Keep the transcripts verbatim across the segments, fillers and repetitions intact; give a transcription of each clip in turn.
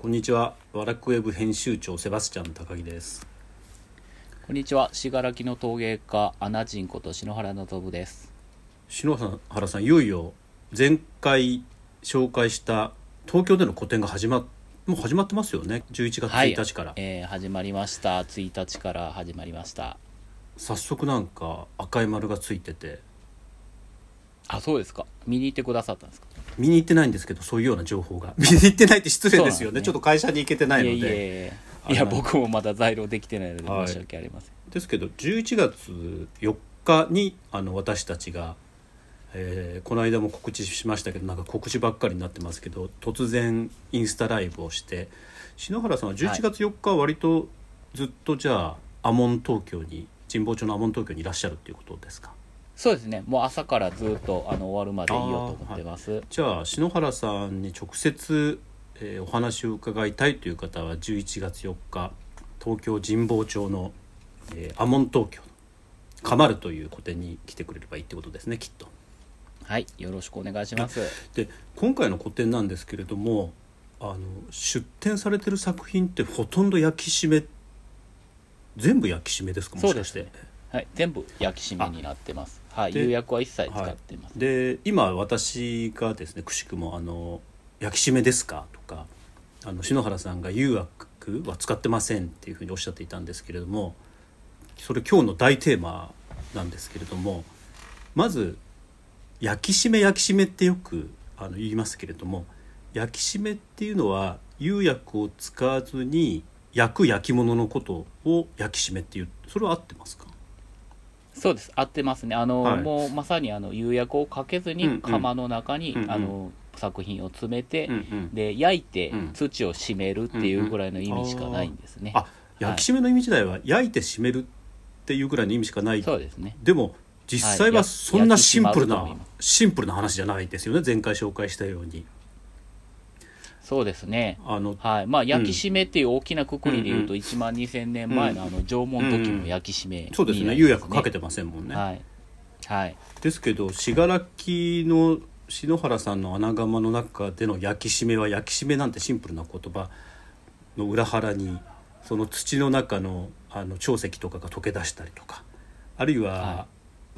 こんにちは。ワラクウェブ編集長セバスチャン高木です。 こんにちは。信楽の陶芸家アナジンこと篠原の信です。 篠原さん、いよいよ前回紹介した東京での個展が始まっもう始まってますよね。じゅういちがつついたちから、 はい、えー、始まりました。ついたちから始まりました。 早速なんか赤い丸がついてて、 あ、そうですか。見に行ってくださったんですか。 見に行ってないんですけど、そういうような情報が見に行ってないって失礼ですよ ね, ねちょっと会社に行けてないので。 いやいやいや、いや僕もまだ在庫できてないので申し訳ありません、 はい、ですけどじゅういちがつよっかにあの私たちが、えー、この間も告知しましたけど、なんか告知ばっかりになってますけど、突然インスタライブをして、篠原さんはじゅういちがつよっかは割とずっとじゃあ阿門東京に神保町の阿門東京にいらっしゃるっていうことですか。 そうですね。もう朝からずっとあの終わるまでいようと思ってます、はい、 じゃあ篠原さんに直接、えー、お話を伺いたいという方はじゅういちがつよっか東京神保町の、えー、阿門東京のかまるという個展に来てくれればいいってことですね、きっと。 はい、よろしくお願いします。 で、今回の個展なんですけれども、あの出展されてる作品ってほとんど焼き締め、全部焼き締めですか、もしかして。 そうですね、はい、全部焼き締めになってます。はい、釉薬は一切使ってます、 はい、で今私がですね、くしくもあの焼き締めですかとか、あの篠原さんが釉薬は使ってませんっていうふうにおっしゃっていたんですけれども、それ今日の大テーマなんですけれども、まず焼き締め焼き締めってよくあの言いますけれども、焼き締めっていうのは釉薬を使わずに焼く焼き物のことを焼き締めっていう、それは合ってますか。 そうです、合ってますね。あの、 はい、 もうまさにあの釉薬をかけずに窯の中に、 うんうん、 あの作品を詰めて、 うんうん、 で焼いて土を締めるっていうぐらいの意味しかないんですね、 うんうん、あ、焼き締めの意味自体は焼いて締めるっていうぐらいの意味しかない。 そうですね。 でも実際はそんなシンプルな、 はい、 シンプルな話じゃないですよね。前回紹介したように。 そうですね。 あの、 はい、まあ焼き締めっていう大きなくくりでいうと、うん、いちまんにせんねんまえのあの縄文土器の焼き締めになりますね。 そうですね。釉薬かけてませんもんね。 はいはい、 ですけど信楽の篠原さんの穴窯の中での焼き締めは、焼き締めなんてシンプルな言葉の裏腹に、その土の中のあの潮石とかが溶け出したりとか、あるいは、はい、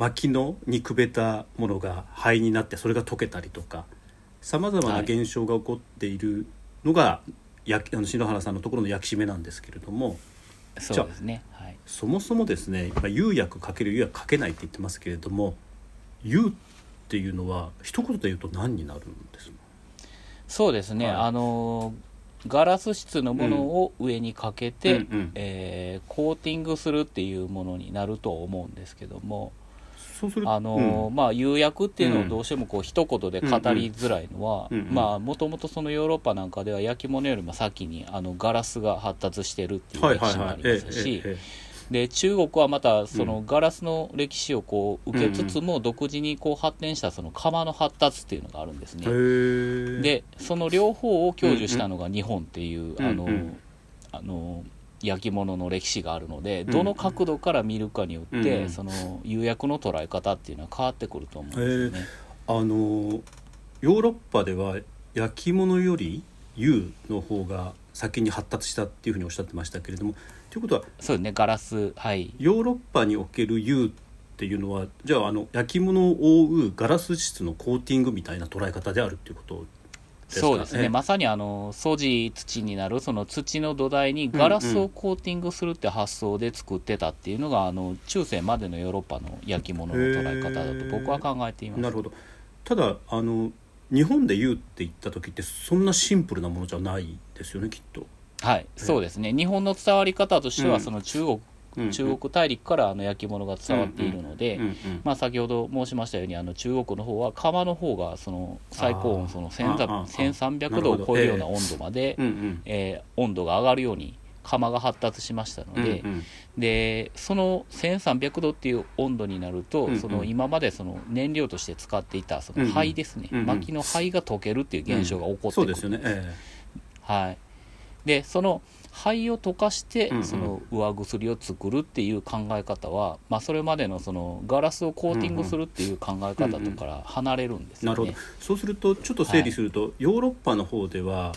薪のにくべたものが灰になってそれが溶けたりとか、さまざまな現象が起こっているのが、はい、あの篠原さんのところの焼き締めなんですけれども、 そうですね、はい、 そもそもですね、釉薬かける釉薬かけないって言ってますけれども、釉っていうのは一言で言うと何になるんですか。 そうですね、はい、あのガラス質のものを上にかけて、うんうんうん、えー、コーティングするっていうものになると思うんですけども、 そうするあの、うん、まあ釉薬っていうのをどうしてもこう一言で語りづらいのは、うんうん、まあもともとそのヨーロッパなんかでは焼き物よりも先にあのガラスが発達してるっていう歴史もありますし、で中国はまたそのガラスの歴史をこう受けつつも、独自にこう発展したその窯の発達っていうのがあるんですね。でその両方を享受したのが日本っていう、うんうん、あの、うんうん、あの焼き物の歴史があるので、どの角度から見るかによって、うん、その釉薬の捉え方っていうのは変わってくると思うんですよね。 あのヨーロッパでは焼き物より釉の方が先に発達したっていうふうにおっしゃってましたけれども、ということはそうですね、ガラス、はい、 ヨーロッパにおける釉っていうのは、じゃあ、あの焼き物を覆うガラス質のコーティングみたいな捉え方であるっていうことですか。 そうですね、まさにあの素地土になるその土の土台にガラスをコーティングするって発想で作ってたっていうのが、うんうん、あの中世までのヨーロッパの焼き物の捉え方だと僕は考えています。 なるほど。ただあの日本で釉って言った時ってそんなシンプルなものじゃないですよね、きっと。 はい、そうですね。日本の伝わり方としては、その中国、うん、中国大陸からあの焼き物が伝わっているので、うんうん、まあ、先ほど申しましたように、あの中国の方は窯の方がその最高温そのせんさんびゃくどを超えるような温度まで、えーえー、温度が上がるように窯が発達しましたので、うんうん、でそのせんさんびゃくどっていう温度になると、うんうん、その今までその燃料として使っていたその灰ですね、うんうん、薪の灰が溶けるっていう現象が起こってくるんです。 そうですよね、えーはい、でその灰を溶かしてその上薬を作るっていう考え方は、まあ、それまでのそのガラスをコーティングするっていう考え方とから離れるんですよね。 なるほど。そうするとちょっと整理すると、はい、ヨーロッパの方では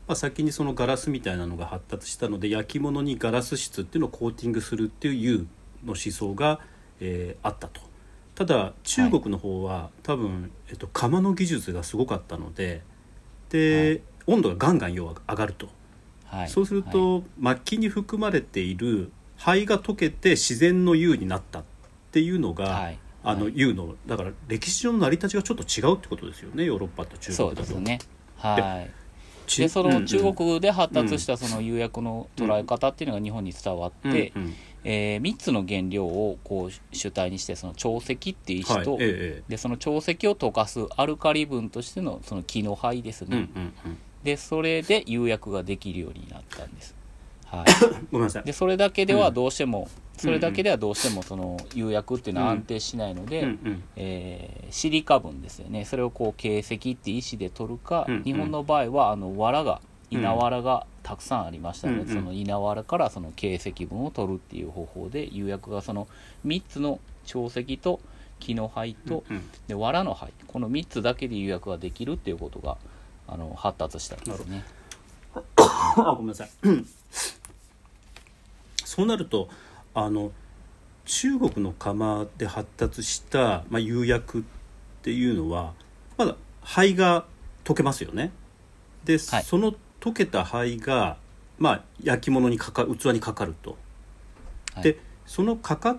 まあ、先にそのガラスみたいなのが発達したので焼き物にガラス質っていうのをコーティングするっていう釉の思想が、えー、あったと。ただ中国の方は、はい、多分、えっと、窯の技術がすごかったので、で、はい、温度がガンガン要は上がると、はい、そうすると、はい、末期に含まれている灰が溶けて自然の釉になったっていうのが、はい、あの釉のだから歴史上の成り立ちがちょっと違うってことですよね、ヨーロッパと中国だと。そうですね、 はい。でその中国で発達したその釉薬の捉え方っていうのが日本に伝わって、うんうんえー、みっつの原料をこう主体にしてその長石っていう石と、はいええ、でその長石を溶かすアルカリ分としてのその木の灰ですね、うんうんうん、でそれで釉薬ができるようになったんです、はい、 ごめんなさい。 でそれだけではどうしても、うん、それだけではどうしてもその釉薬っていうのは安定しないので、うんうんえー、シリカ分ですよね、それをこう珪石って石で取るか、うんうん、日本の場合はあの藁が稲わらがたくさんありましたので、うんうん、その稲わらからその珪石分を取るっていう方法で釉薬がそのみっつの長石と木の灰と、うんうん、で藁の灰、このみっつだけで釉薬ができるっていうことがあの発達したんですね。 あごめんなさいそうなるとあの中国の窯で発達した、まあ、釉薬っていうのはまだ灰が溶けますよね。で、はい、その溶けた灰が、まあ、焼き物にかか器にかかると、はい、でそのかかった、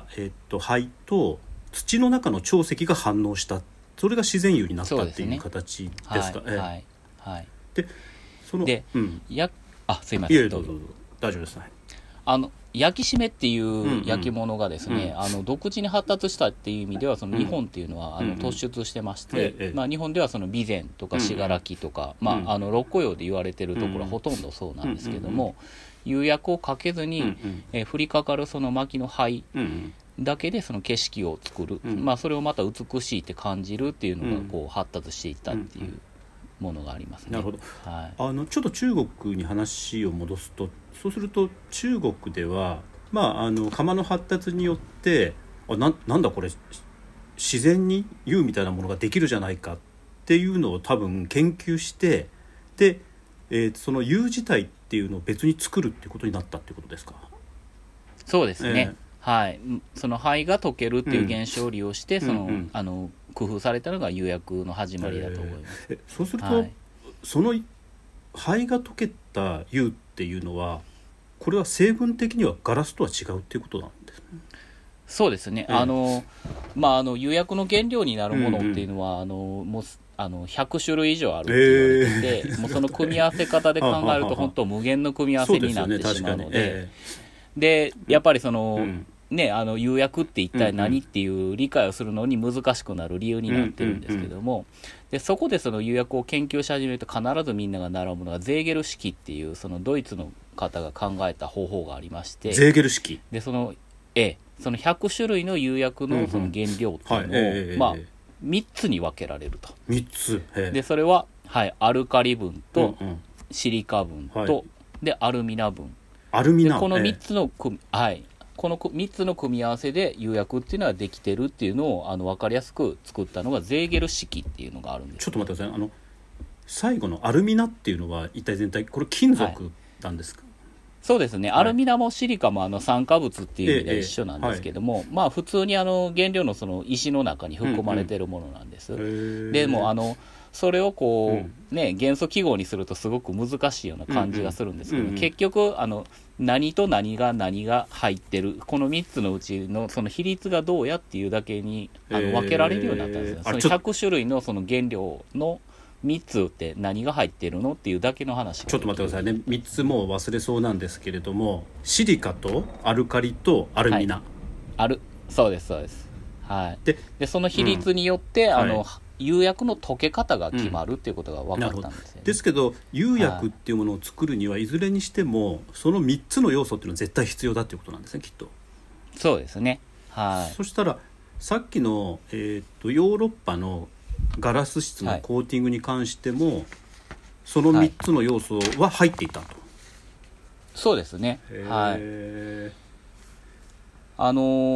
えっと、灰と土の中の長石が反応した、それが自然釉になったっていう形ですか。 はいはいはい、 でそので、 うん、 やあすいません、 いやいやどうぞどうぞ大丈夫です、はい、 あの焼き締めっていう焼き物がですね、うんうん、あの独自に発達したっていう意味ではその日本っていうのは、うん、あの突出してまして、うんまあ、日本ではその備前とか信楽とか、うんまあ、あの六甲窯で言われてるところはほとんどそうなんですけども、釉薬をかけずに、うんえー、降りかかるその薪の灰だけでその景色を作る、うんまあ、それをまた美しいって感じるっていうのがこう発達していったっていうものがありますね。 なるほど、 はい、 あのちょっと中国に話を戻すと、そうすると中国では、まあ、あの窯の発達によってあ な, なんだこれ自然に釉みたいなものができるじゃないかっていうのを多分研究して、で、えー、その釉自体っていうのを別に作るっていうことになったっていうことですか。 そうですね、えーはい、その灰が溶けるっていう現象を利用して、うん、その、うんうん、あの工夫されたのが釉薬の始まりだと思います、 えー、そうすると、はい、その灰が溶けた釉っていうのはこれは成分的にはガラスとは違うっていうことなんですね。 そうですね、えー、あのまああの釉薬の原料になるものっていうのは、うんうん、あのもうあのひゃくしゅるい以上あるって言われていて、えー、もうその組み合わせ方で考えると本当無限の組み合わせになってしまうので、えー、でやっぱりその、うんね、あの釉薬って一体何っていう理解をするのに難しくなる理由になってるんですけども、うんうんうん、でそこでその釉薬を研究し始めると必ずみんなが習うものがゼーゲル式っていうそのドイツの方が考えた方法がありまして、 ゼーゲル式でその、えそのひゃくしゅるいの釉薬のその原料っていうのを、うんうんはいえーまあ、みっつに分けられると。 みっつでそれは、はい、アルカリ分とシリカ分と、はい、でアルミナ分、 アルミナでこのみっつの組、えーはいこのみっつの組み合わせで釉薬っていうのはできてるっていうのをあの分かりやすく作ったのがゼーゲル式っていうのがあるんです、ね、 ちょっと待ってください。あの最後のアルミナっていうのは一体全体これ金属なんですか。はい、 そうですね、はい、アルミナもシリカもあの酸化物っていう意味では一緒なんですけども、ええはい、まあ普通にあの原料のその石の中に含まれてるものなんです、うんうん、でもあのそれをこう、うんね、元素記号にするとすごく難しいような感じがするんですけど、うんうん、結局あの何と何が何が入ってるこのみっつのうちのその比率がどうやっていうだけにあの分けられるようになったんですよ、えー、そのひゃくしゅるいのその原料のみっつって何が入ってるのっていうだけの話。 ちょっと待ってくださいね、みっつもう忘れそうなんですけれども、シリカとアルカリとアルミナ、はい、 あるそうですそうです、はい、で, でその比率によって、うん、あの、はい、釉薬の溶け方が決まるっていうことが分かったんですよね、 うん、ですけど釉薬っていうものを作るにはいずれにしてもそのみっつの要素っていうのは絶対必要だっていうことなんですね、きっと。 そうですね、はい、 そしたらさっきの、えー、とヨーロッパのガラス質のコーティングに関しても、はい、そのみっつの要素は入っていたと、はい、 そうですね、はい、あのー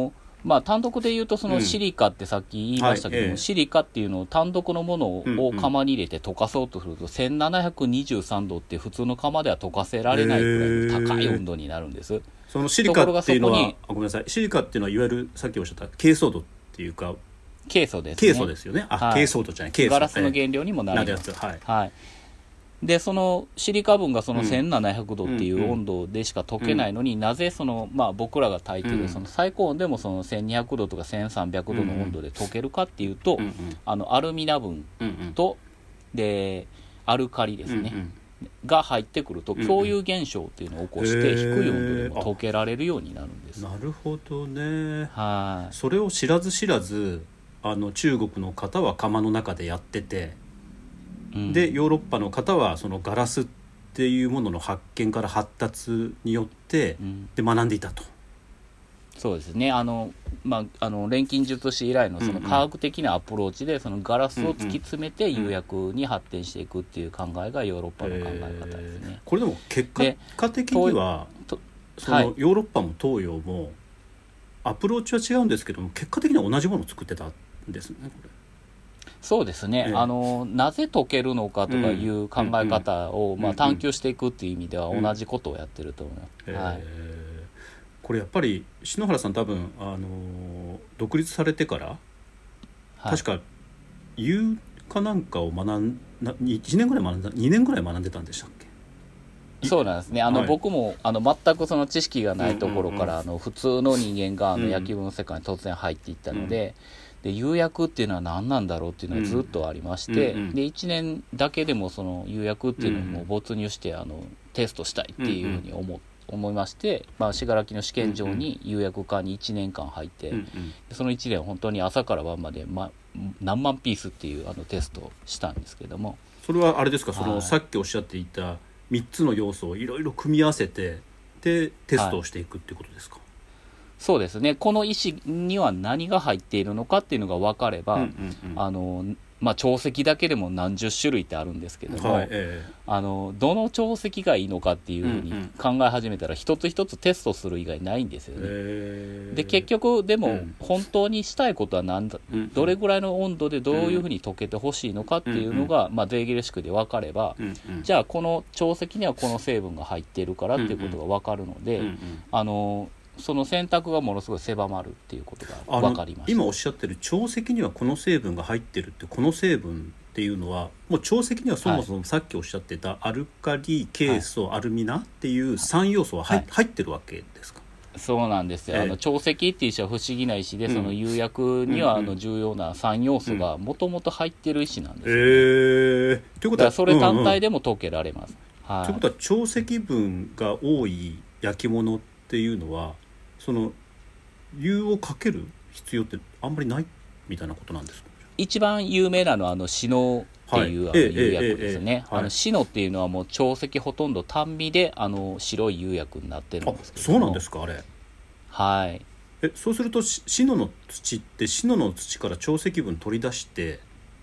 まあ、単独で言うとそのシリカってさっき言いましたけども、 うんはいええ、 シリカっていうのを単独のものを釜に入れて溶かそうとするとせんななひゃくにじゅうさんどって普通の釜では溶かせられないくらいの高い温度になるんです。 そのシリカっていうのはあごめんなさいシリカっていうのはいわゆるさっきおっしゃった珪藻土っていうかケイ素ですね。ケイ素ですよね。あ、珪藻土じゃない。 ガラスの原料にもなります。はい。はい。でそのシリカ分がそのせんななひゃくどっていう温度でしか溶けないのに、うん、なぜその、まあ、僕らが炊いてるその最高温でもそのせんにひゃくどとかせんさんびゃくどの温度で溶けるかっていうと、うんうん、あのアルミナ分と、うんうん、でアルカリですね、うんうんが入ってくると共有現象っていうのを起こして低い温度でも溶けられるようになるんです。 なるほどね。 はい。 それを知らず知らずあの中国の方は窯の中でやってて、うん、でヨーロッパの方はそのガラスっていうものの発見から発達によって、うん、で学んでいたと。 そうですね。あの、まあ、あの錬金術師以来のその科学的なアプローチでそのガラスを突き詰めて釉薬に発展していくっていう考えがヨーロッパの考え方ですね。 これでも結果的にはそのヨーロッパも東洋もアプローチは違うんですけども結果的には同じものを作ってたんですね。これそうですね、ええ、あのなぜ解けるのかとかいう考え方を、うんまあ、探求していくっていう意味では同じことをやってると思います、うんはい、 これやっぱり篠原さん多分あの独立されてから、はい、確か釉かなんかを学んだいちねんぐらい学んだにねんぐらい学んでたんでしたっけ。 そうなんですね。あの、はい、僕もあの全くその知識がないところから、うんうんうん、あの普通の人間があの焼き物の世界に突然入っていったので、うん、で釉薬っていうのは何なんだろうっていうのがずっとありまして、うんうんうん、でいちねんだけでもその釉薬っていうのをもう没入してあのテストしたいっていうふうに思って、うんうん思いまして、まあ、信楽の試験場に釉薬科にいちねんかん入って、うんうん、そのいちねん本当に朝から晩まで、ま、何万ピースっていうあのテストをしたんですけども。 それはあれですか、そのさっきおっしゃっていたみっつの要素をいろいろ組み合わせてでテストをしていくっていうことですか。はい、 そうですね。この石には何が入っているのかっていうのが分かれば、うんうんうん、あのまあ、長石だけでも何十種類ってあるんですけども、はいええ、あのどの長石がいいのかっていうふうに考え始めたら、うんうん、一つ一つテストする以外ないんですよね。えー、で結局でも本当にしたいことは何だ、うん、どれぐらいの温度でどういうふうに溶けてほしいのかっていうのが、うんうんまあ、ゼーゲル式で分かれば、うんうん、じゃあこの長石にはこの成分が入っているからっていうことが分かるので、うんうん、あのその選択がものすごい狭まるっていうことが分かりました。 今おっしゃってる長石にはこの成分が入ってるってこの成分っていうのはもう長石にはそもそもさっきおっしゃってたアルカリ、ケイ素、アルミナっていうさん要素は 入,、はい、入ってるわけですか。 そうなんですよ、えー、あの長石っていう石は不思議な石で、うん、その釉薬にはあの重要なさん要素がもともと入ってる石なんですよね、うんえー、ということはそれ単体でも溶けられます、 うんうんはい、ということは長石分が多い焼き物っていうのはその釉をかける必要ってあんまりないみたいなことなんですか。 一番有名なのはあのシノっていう、はい、あの釉薬ですね、ええええええ、あのシノっていうのはもう長石ほとんど単味であの白い釉薬になってるんですけど。 あ、そうなんですか。あれはいえそうするとシノの土ってシノの土から長石分取り出して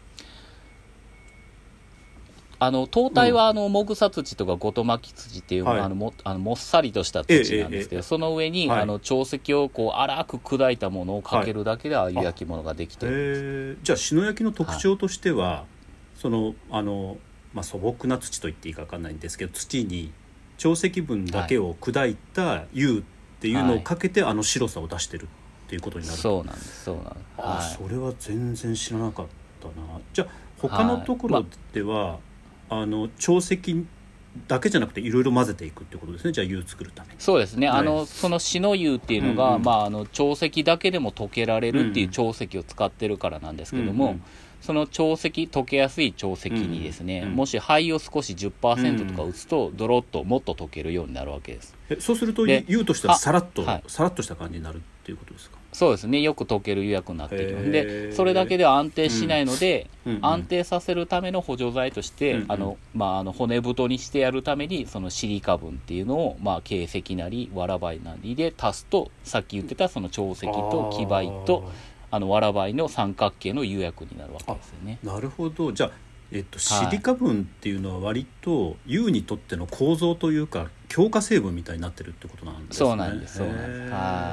あの塔体はあのもぐさ土とかごと巻き土っていう、はい、あの も, あのもっさりとした土なんですけど、えええ、その上に、はい、あの長石をこう粗く砕いたものをかけるだけでああいう焼き物ができてるんです、 はい、じゃあ篠焼きの特徴としては、はい、そのあの、まあ、素朴な土と言っていいか分かんないんですけど土に長石分だけを砕いた釉っていうのをかけて、はい、あの白さを出してるっていうことになる。 そうなんですそうなんです、 あ、はい、それは全然知らなかったな。じゃあ他のところでは、はいまあの長石だけじゃなくていろいろ混ぜていくってことですね。じゃあ釉作るために。 そうですね、はい、あのその篠釉っていうのが、うんうんまあ、あの長石だけでも溶けられるっていう長石を使ってるからなんですけども、うんうん、その長石溶けやすい長石にですね、うんうん、もし灰を少し じゅっパーセント とか打つとドロッともっと溶けるようになるわけです。 えそうすると釉としてはさらっと、はい、さらっとした感じになるっていうことですか。 そうですね、よく溶ける釉薬になっていきます。でそれだけでは安定しないので、うんうん、安定させるための補助剤として、うんうんあのまあ、あの骨太にしてやるためにそのシリカ分っていうのを、まあ、珪石なりわら灰なりで足すとさっき言ってたその長石と基灰とあのわら灰の三角形の釉薬になるわけですよね。 なるほど。じゃあ、えっと、シリカ分っていうのは割と釉にとっての構造というか強化成分みたいになってるってことなんですね。 そうなんですそうなんです。はい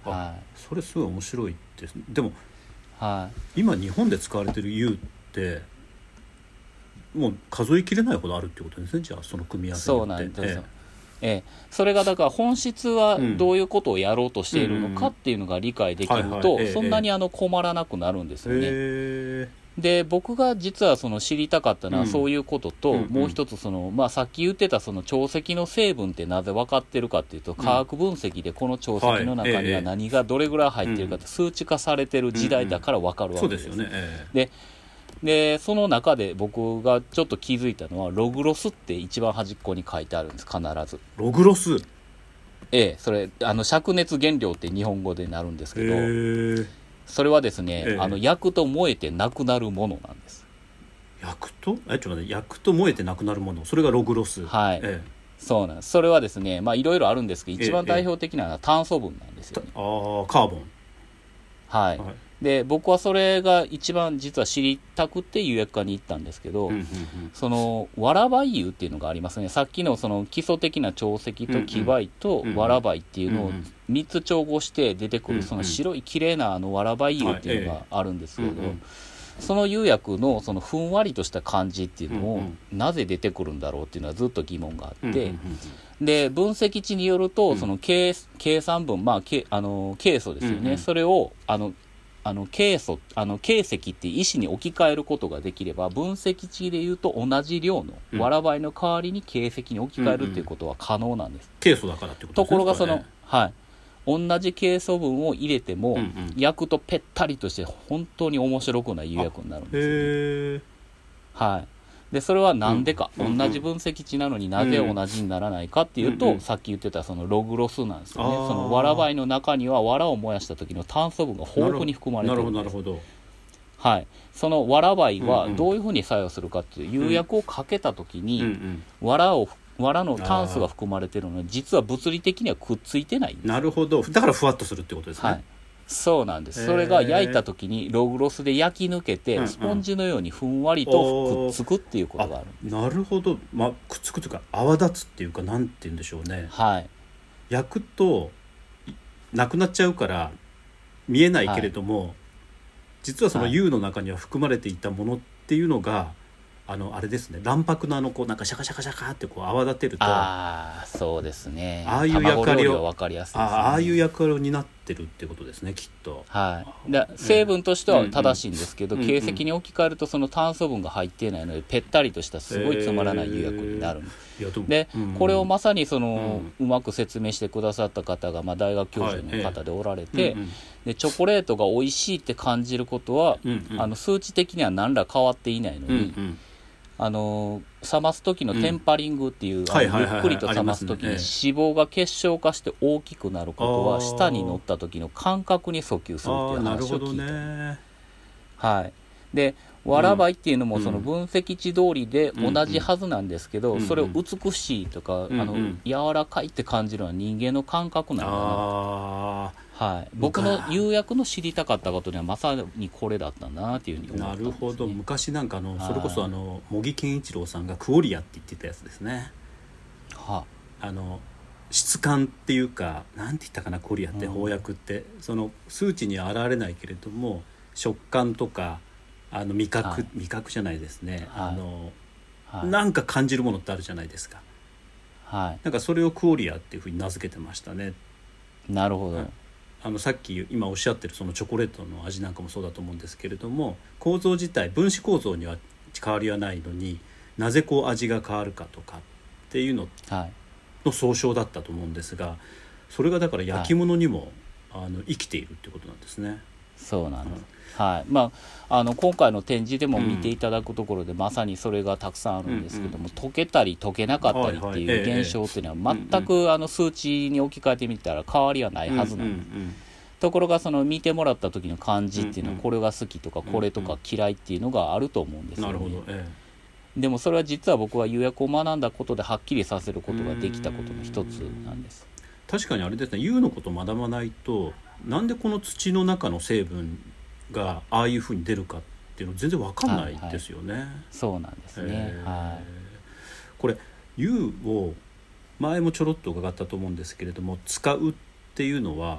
はい、 それすごい面白いですね。でも、 はい、 今日本で使われてる釉ってもう数えきれないほどあるってことですね。じゃあその組み合わせによって。 そうなんですよ、 ええええ、それがだから本質はどういうことをやろうとしているのかっていうのが理解できるとそんなにあの困らなくなるんですよね。 えーで僕が実はその知りたかったのはそういうことと、 うんうんうん、 もう一つその、まあ、さっき言ってたその潮石の成分ってなぜ分かってるかっていうと、化学分析でこの潮石の中には何がどれぐらい入ってるかって数値化されてる時代だから分かるわけです。 そうですよね、えー、 ででその中で僕がちょっと気づいたのはログロスって一番端っこに書いてあるんです。必ずログロス、 ええ、それあの灼熱原料って日本語でなるんですけど、 えー、 それはですね、 ええ、 あの焼くと燃えてなくなるものなんです。 焼くとえちょっと待って焼くと燃えてなくなるもの、それがログロス。 はい、ええ、そうなんです。それはですね、まあいろいろあるんですけど一番代表的なのは炭素分なんですよね。 ああ、カーボン。 はい、はい、で僕はそれが一番実は知りたくて釉薬科に行ったんですけど、うんうんうん、そのわらばい釉っていうのがありますね。さっきのその基礎的な潮石と基灰とわらばいっていうのをみっつ調合して出てくるその白い綺麗なあのわらばい釉っていうのがあるんですけど、はい、ええ、その釉薬のそのふんわりとした感じっていうのをなぜ出てくるんだろうっていうのはずっと疑問があって、うんうんうん、で分析値によるとその計算分、まあ、あのケイ素ですよね、うんうん、それをあのあのケイ素あのケイ石って石に置き換えることができれば分析値でいうと同じ量のわらばいの代わりにケイ石に置き換えるっていうことは可能なんです。 ケイ素だからってことですね。 ところがその、ね、はい同じケイ素分を入れても、うんうん、焼くとぺったりとして本当に面白くない釉薬になるんですよね。 へはい。でそれは何でか、うん、同じ分析値なのになぜ同じにならないかっていうと、うんうん、さっき言ってたそのログロスなんですよね。そのわらばいの中にはわらを燃やした時の炭素分が豊富に含まれてるんです。 なるほどなるほど。 はい。そのわらばいはどういうふうに作用するかっていう釉薬をかけた時に、うんうん、わらをわらの炭素が含まれてるので実は物理的にはくっついてないんです。 なるほど。だからふわっとするってことですね。はい、 そうなんです。それが焼いた時にログロスで焼き抜けて、うんうん、スポンジのようにふんわりとくっつくっていうことがあるんです。 なるほど、まあ、くっつくというか泡立つっていうかなんて言うんでしょうね。 はい、 焼くとなくなっちゃうから見えないけれども、はい、実はその釉の中には含まれていたものっていうのがあのあれですね、卵白のあのこうなんかシャカシャカシャカってこう泡立てると、 ああそうですね、 ああいう役割を分かりやすいですね。 ああいう役割を担ってるってことですね、きっと。 はい、で成分としては正しいんですけど、うんうん、形石に置き換えるとその炭素分が入っていないのでぺったりとしたすごいつまらない釉薬になるんです。で、うんうん、これをまさにその、うん、うまく説明してくださった方が、まあ、大学教授の方でおられて、はい、うんうん、でチョコレートが美味しいって感じることは、うんうん、あの数値的には何ら変わっていないのに、うんうん、あの冷ます時のテンパリングっていう、うん、ゆっくりと冷ます時に脂肪が結晶化して大きくなることは舌に乗った時の感覚に訴求するっていう話を聞いた。ね、はい、でわらばいっていうのもその分析値通りで同じはずなんですけど、うんうん、それを美しいとか、うんうん、あの柔らかいって感じるのは人間の感覚なんだな、あ、はい、僕の釉薬の知りたかったことにはまさにこれだったなっていうふうに思ったんですね。 なるほど。昔なんかあのそれこそあの茂木健一郎さんがクオリアって言ってたやつですね。はあ、あの質感っていうかなんて言ったかな、クオリアって翻訳って、うん、その数値には現れないけれども食感とかあの味覚、はい、味覚じゃないですね、はい、あのはい、なんか感じるものってあるじゃないですか。はい、なんかそれをクオリアっていうふうに名付けてましたね。 なるほど。 あのさっき今おっしゃってるそのチョコレートの味なんかもそうだと思うんですけれども、構造自体分子構造には変わりはないのになぜこう味が変わるかとかっていうのの総称だったと思うんですが、それがだから焼き物にも、はい、あの生きているってことなんですね。 そうなんです、うん、はい。まあ、あの今回の展示でも見ていただくところで、うん、まさにそれがたくさんあるんですけども、うんうん、溶けたり溶けなかったりっていう現象っていうのは全くあの数値に置き換えてみたら変わりはないはずなんです、うんうんうん、ところがその見てもらった時の感じっていうのは、これが好きとかこれとか嫌いっていうのがあると思うんですよね。なるほど、ええ、でもそれは実は僕は釉薬を学んだことではっきりさせることができたことの一つなんです。 確かにあれですね、釉のことを学ばないとなんでこの土の中の成分がああいうふうに出るかっていうの全然わかんないですよね。はいはい、 そうなんですね、はい、 これ釉を前もちょろっと伺ったと思うんですけれども、使うっていうのは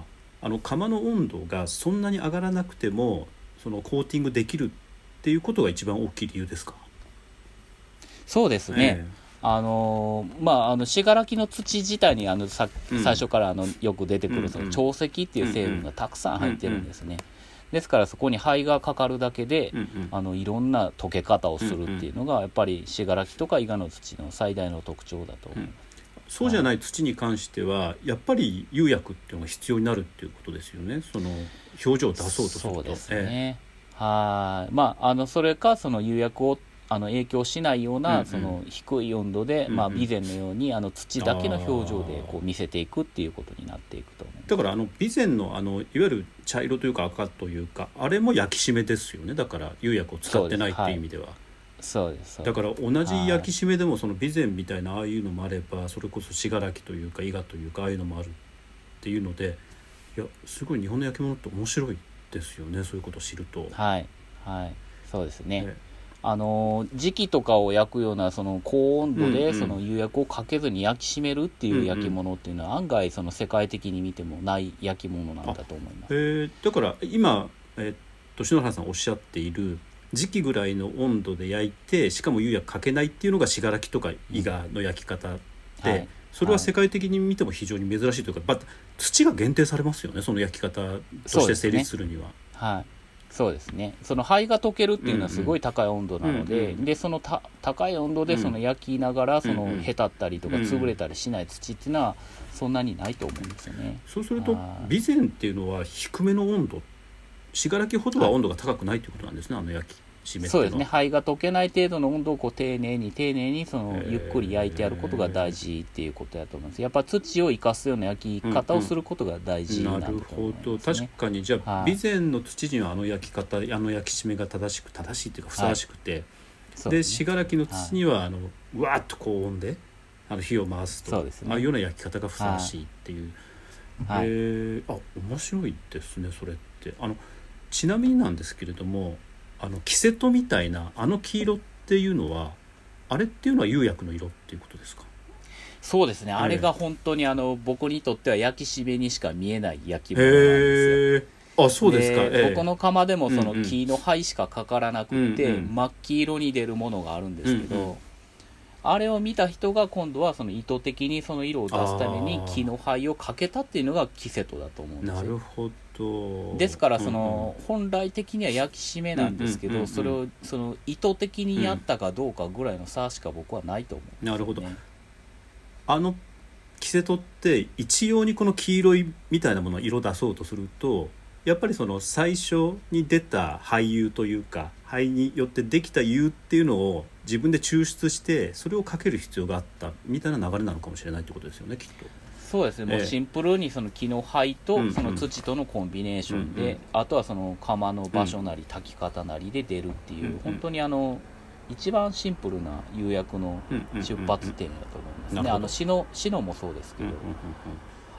あの窯の温度がそんなに上がらなくてもそのコーティングできるっていうことが一番大きい理由ですか？ そうですね、えーあのまあ、あの信楽の土自体にあのさ、うん、最初からあのよく出てくるその潮石っていう成分がたくさん入ってるんですね、うんうん、ですからそこに灰がかかるだけで、うんうん、あのいろんな溶け方をするっていうのがやっぱり信楽とか伊賀の土の最大の特徴だと思います、うん、 そうじゃない土に関してはやっぱり釉薬っていうのが必要になるっていうことですよね。その表情を出そうとすると。 そうですね、えー、はい、まあ、あのそれかその釉薬をあの影響しないような、うんうん、その低い温度で、うんうん、まあ、備前のようにあの土だけの表情でこう見せていくっていうことになっていくと思います。 だからあの備前 の, あのいわゆる茶色というか赤というかあれも焼き締めですよね。だから釉薬を使ってないっていう意味ではそうです、はい、 だから同じ焼き締めでもその備前みたいなああいうのもあればそれこそ信楽というか伊賀というかああいうのもあるっていうのでいやすごい日本の焼き物って面白いですよね。そういうことを知ると。 はいはいそうですね、えあの磁器とかを焼くようなその高温度でその釉薬をかけずに焼き締めるっていう焼き物っていうのは案外その世界的に見てもない焼き物なんだと思います。 えー、だから今、えー、っと篠原さんおっしゃっている磁器ぐらいの温度で焼いてしかも釉薬かけないっていうのが信楽とか伊賀の焼き方で、うんはい、それは世界的に見ても非常に珍しいというか、はい、土が限定されますよね。その焼き方として成立するには。 はいそうですね。その灰が溶けるっていうのはすごい高い温度なので、うんうん、でそのた高い温度でその焼きながらそのへたったりとか潰れたりしない土っていうのはそんなにないと思うんですよね。 そうすると備前っていうのは低めの温度、信楽ほどは温度が高くないということなんですね、はい、あの焼き締めっていうのは。 そうですね。灰が溶けない程度の温度をこう丁寧に丁寧にそのゆっくり焼いてやることが大事っていうことだと思います。やっぱ土を生かすような焼き方をすることが大事なんだと思いますね。 うんうん、なるほど。確かにじゃあ、はい、備前の土にはあの焼き方あの焼き締めが正しく正しいというかふさわしくて、はい、で信楽、ね、の土にはあの、はい、うわーっと高温であの火を回すとそうです、ね、ああいうような焼き方がふさわしいっていう、はい、えー、あ面白いですねそれって。あのちなみになんですけれどもあのキセトみたいなあの黄色っていうのはあれっていうのは釉薬の色っていうことですか？ そうですね、えー、あれが本当にあの僕にとっては焼き締めにしか見えない焼き物なんですよ。えー、あそうですか。 で、えー、僕の窯でもその木の灰しかかからなくて、うんうん、真っ黄色に出るものがあるんですけど、うんうん、あれを見た人が今度はその意図的にその色を出すために木の灰をかけたっていうのがキセトだと思うんですよ。 なるほど。 ですからその本来的には焼き締めなんですけど、それをその意図的にやったかどうかぐらいの差しか僕はないと思うんですよね。 なるほど。あのキセトって一様にこの黄色いみたいなものを色出そうとするとやっぱりその最初に出た灰釉というか灰によってできた釉っていうのを自分で抽出してそれをかける必要があったみたいな流れなのかもしれないってことですよねきっと。 そうですね、もうシンプルにその木の灰とその土とのコンビネーションで、うんうん、あとはその窯の場所なり炊き方なりで出るっていう、うんうん、本当にあの一番シンプルな釉薬の出発点だと思いますね。あのシノ、シノもそうですけど、うんうんうん、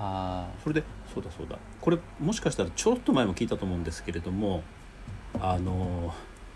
はそれでそうだそうだこれもしかしたらちょっと前も聞いたと思うんですけれどもあの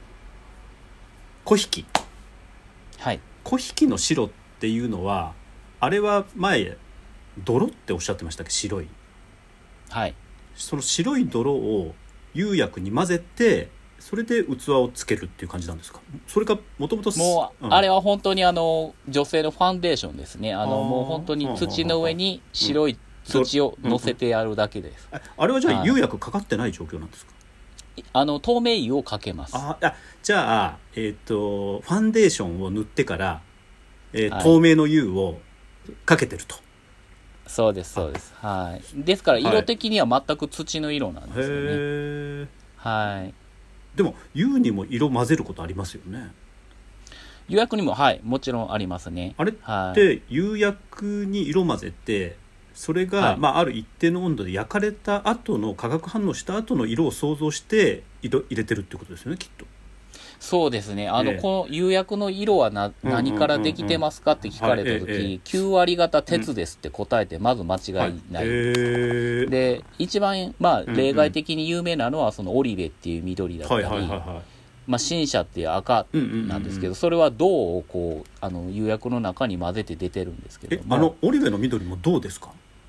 粉引はい粉引の白っていうのはあれは前泥っておっしゃってましたっけ？白い、 はい、 その白い泥を釉薬に混ぜてそれで器をつけるっていう感じなんですか？それかもともともう、うん、あれは本当にあの女性のファンデーションですね。あのもう本当に土の上に白い土を乗せてやるだけです、 うんうん、あれはじゃあ釉薬かかってない状況なんですか？ あの透明油をかけます。 ああじゃあ、えーと、ファンデーションを塗ってから、えーはい、透明の釉をかけてると。 そうですそうです、はい、ですから色的には全く土の色なんですよね、はい、へはい。 でも釉にも色混ぜることありますよね？ 釉薬にもはいもちろんありますね。 あれって釉薬に色混ぜてそれが、はいまあ、ある一定の温度で焼かれた後の化学反応した後の色を想像して色入れてるってことですよねきっと。 そうですね。あの、ええ、この釉薬の色はな何からできてますかって聞かれた時、はいええ、きゅう割方鉄ですって答えてまず間違いない、はいえー、で一番、まあ、例外的に有名なのはそのオリベっていう緑だったり、はいはいはいはいまあ、新車っていう赤なんですけど、うんうんうんうん、それは銅をこうあの釉薬の中に混ぜて出てるんですけども。 えあのオリベの緑も銅ですか？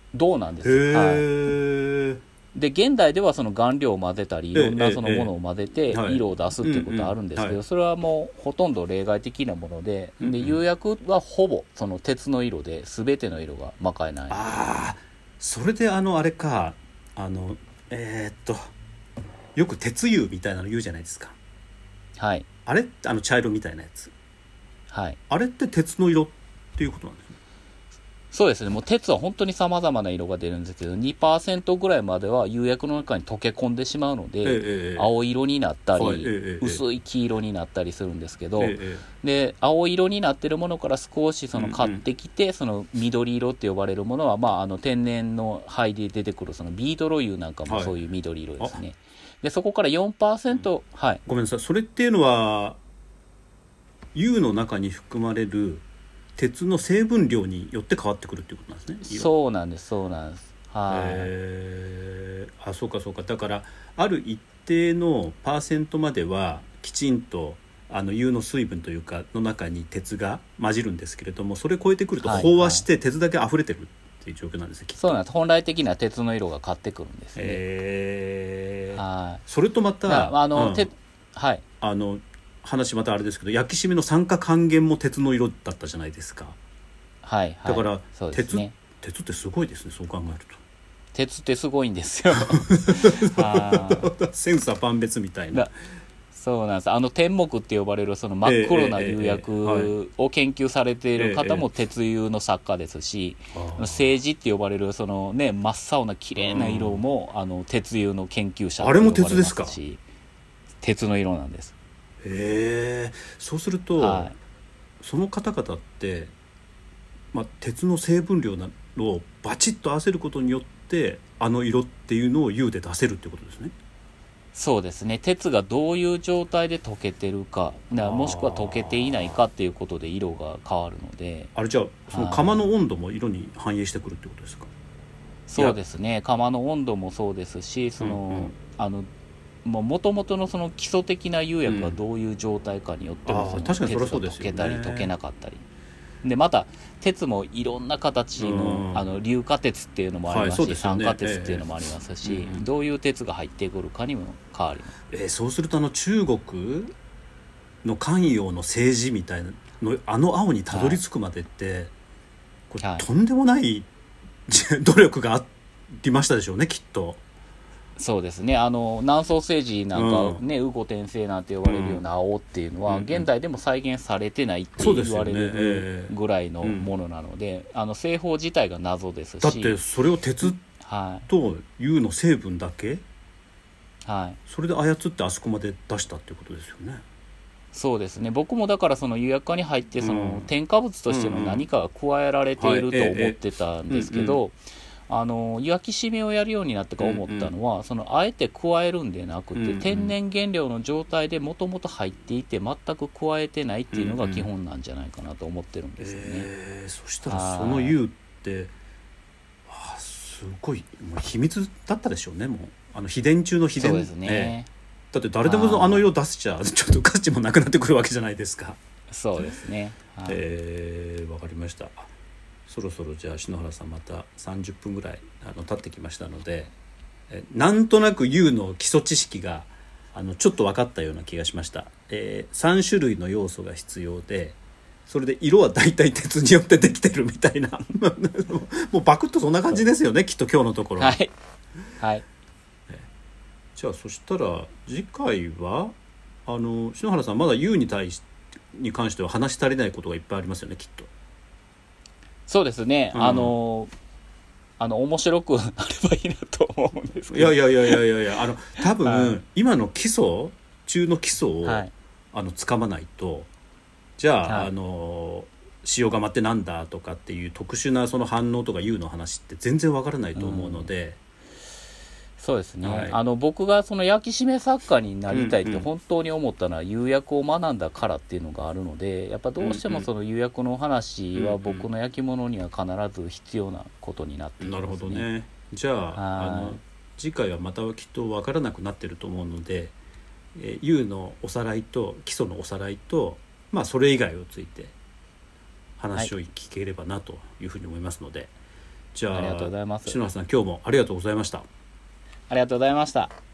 銅なんです。 へー、はい、で現代ではその顔料を混ぜたりいろんなそのものを混ぜて色を出すっていうことはあるんですけど、それはもうほとんど例外的なもので、で釉薬はほぼその鉄の色で全ての色が賄えない。 ああ、それであのあれか、あのえー、っとよく鉄釉みたいなの言うじゃないですか。 はい。 あれあの茶色みたいなやつ。 はい。 あれって鉄の色っていうことなんですね。 そうですね。もう鉄は本当に様々な色が出るんですけど、にパーセント ぐらいまでは釉薬の中に溶け込んでしまうので、ええ、青色になったり、はい、え、薄い黄色になったりするんですけど、で青色になってるものから少しその買ってきて、うんうん、その緑色って呼ばれるものは、まあ、あの天然の灰で出てくるそのビートロ釉なんかもそういう緑色ですね。はい、でそこから よんパーセント、うん、はい。 ごめんなさい。それっていうのは釉の中に含まれる鉄の成分量によって変わってくるっていうことなんですね。 そうなんですそうなんです。はい。 えー、あ、そうかそうか。だからある一定のパーセントまではきちんとあの釉の水分というかの中に鉄が混じるんですけれども、それを超えてくると飽和して鉄だけ溢れてるっていう状況なんですね、 はいはい、そうなんです。本来的な鉄の色が変わってくるんですね。 えー、 はい。 それとまたあの、うん、てはい。 あの話またあれですけど、焼き締めの酸化還元も鉄の色だったじゃないですか。 はい、はい、 だからそうですね、 鉄、鉄ってすごいですね、そう考えると。 鉄ってすごいんですよセンサー万別みたいな。 そうなんです。あの天目って呼ばれるその真っ黒な釉薬を研究されている方も鉄釉の作家ですし、青磁って呼ばれるそのね真っ青な綺麗な色もあの鉄釉の研究者と呼ばれますし、あれも鉄ですか。鉄の色なんです。 へえ。そうすると、はい、その方々って、まあ、鉄の成分量をバチッと合わせることによってあの色っていうのを釉で出せるってことですね。 そうですね。鉄がどういう状態で溶けてるか、もしくは溶けていないかっていうことで色が変わるので。 あれじゃあその窯の温度も色に反映してくるってことですか。 そうですね。窯の温度もそうですし、その、うんうん、あのもともとのその基礎的な釉薬がどういう状態かによっても、その鉄が溶けたり溶けなかったりで、また鉄もいろんな形の、あの硫化鉄っていうのもありますし、はい、酸化鉄っていうのもありますし、えー、どういう鉄が入ってくるかにも変わります。 えー、そうするとあの中国の漢陽の政治みたいなのあの青にたどり着くまでって、はい、これとんでもない努力がありましたでしょうね、きっと。 そうですね。あの南宋政治なんかね、右後転生なんて呼ばれるような青っていうのは、うん、現代でも再現されてないって言われるぐらいのものなので、うん、あの製法自体が謎ですし、 だってそれを鉄と釉の成分だけ、 はい、 それで操ってあそこまで出したっていうことですよね。 そうですね。僕もだからその釉薬科に入ってその添加物としての何かが加えられていると思ってたんですけど、あの焼き締めをやるようになってから思ったのは、うんうん、そのあえて加えるんでなくて、うんうん、天然原料の状態でもともと入っていて全く加えてないっていうのが基本なんじゃないかなと思ってるんですよね。 えー、そしたらその釉ってあすごいもう秘密だったでしょうね。もうあの秘伝中の秘伝。 そうですね、 えー、だって誰でもあの色出しちゃちょっと価値もなくなってくるわけじゃないですか。 そうですね。 はい、えー、わかりました。そろそろじゃあ篠原さんまたさんじゅっぷんぐらいあの経ってきましたので、えなんとなく釉の基礎知識があのちょっと分かったような気がしました、えー、さん種類の要素が必要で、それで色は大体鉄によってできてるみたいなもうバクッとそんな感じですよねきっと今日のところ。 はい、はい、 じゃあそしたら次回はあの篠原さんまだ釉に対しに関しては話し足りないことがいっぱいありますよねきっと。 そうですね、うん、あのあの面白くあればいいなと思うんですけど。 いやいやいやいやいやあの多分、はい、今の基礎中の基礎を、はい、あの掴まないとじゃあ、はい、あの塩釜ってなんだとかっていう特殊なその反応とか釉の話って全然わからないと思うので、うんそうですね、はい、あの僕がその焼き締め作家になりたいって本当に思ったのは釉薬を学んだからっていうのがあるので、やっぱどうしてもその釉薬の話は僕の焼き物には必ず必要なことになっていますね。 なるほどね。じゃあ、あの次回はまたきっと分からなくなってると思うので、え釉のおさらいと基礎のおさらいと、まあ、それ以外をついて話を聞ければなというふうに思いますので、はい、 じゃあありがとうございます。 篠原さん今日もありがとうございました。 ありがとうございました。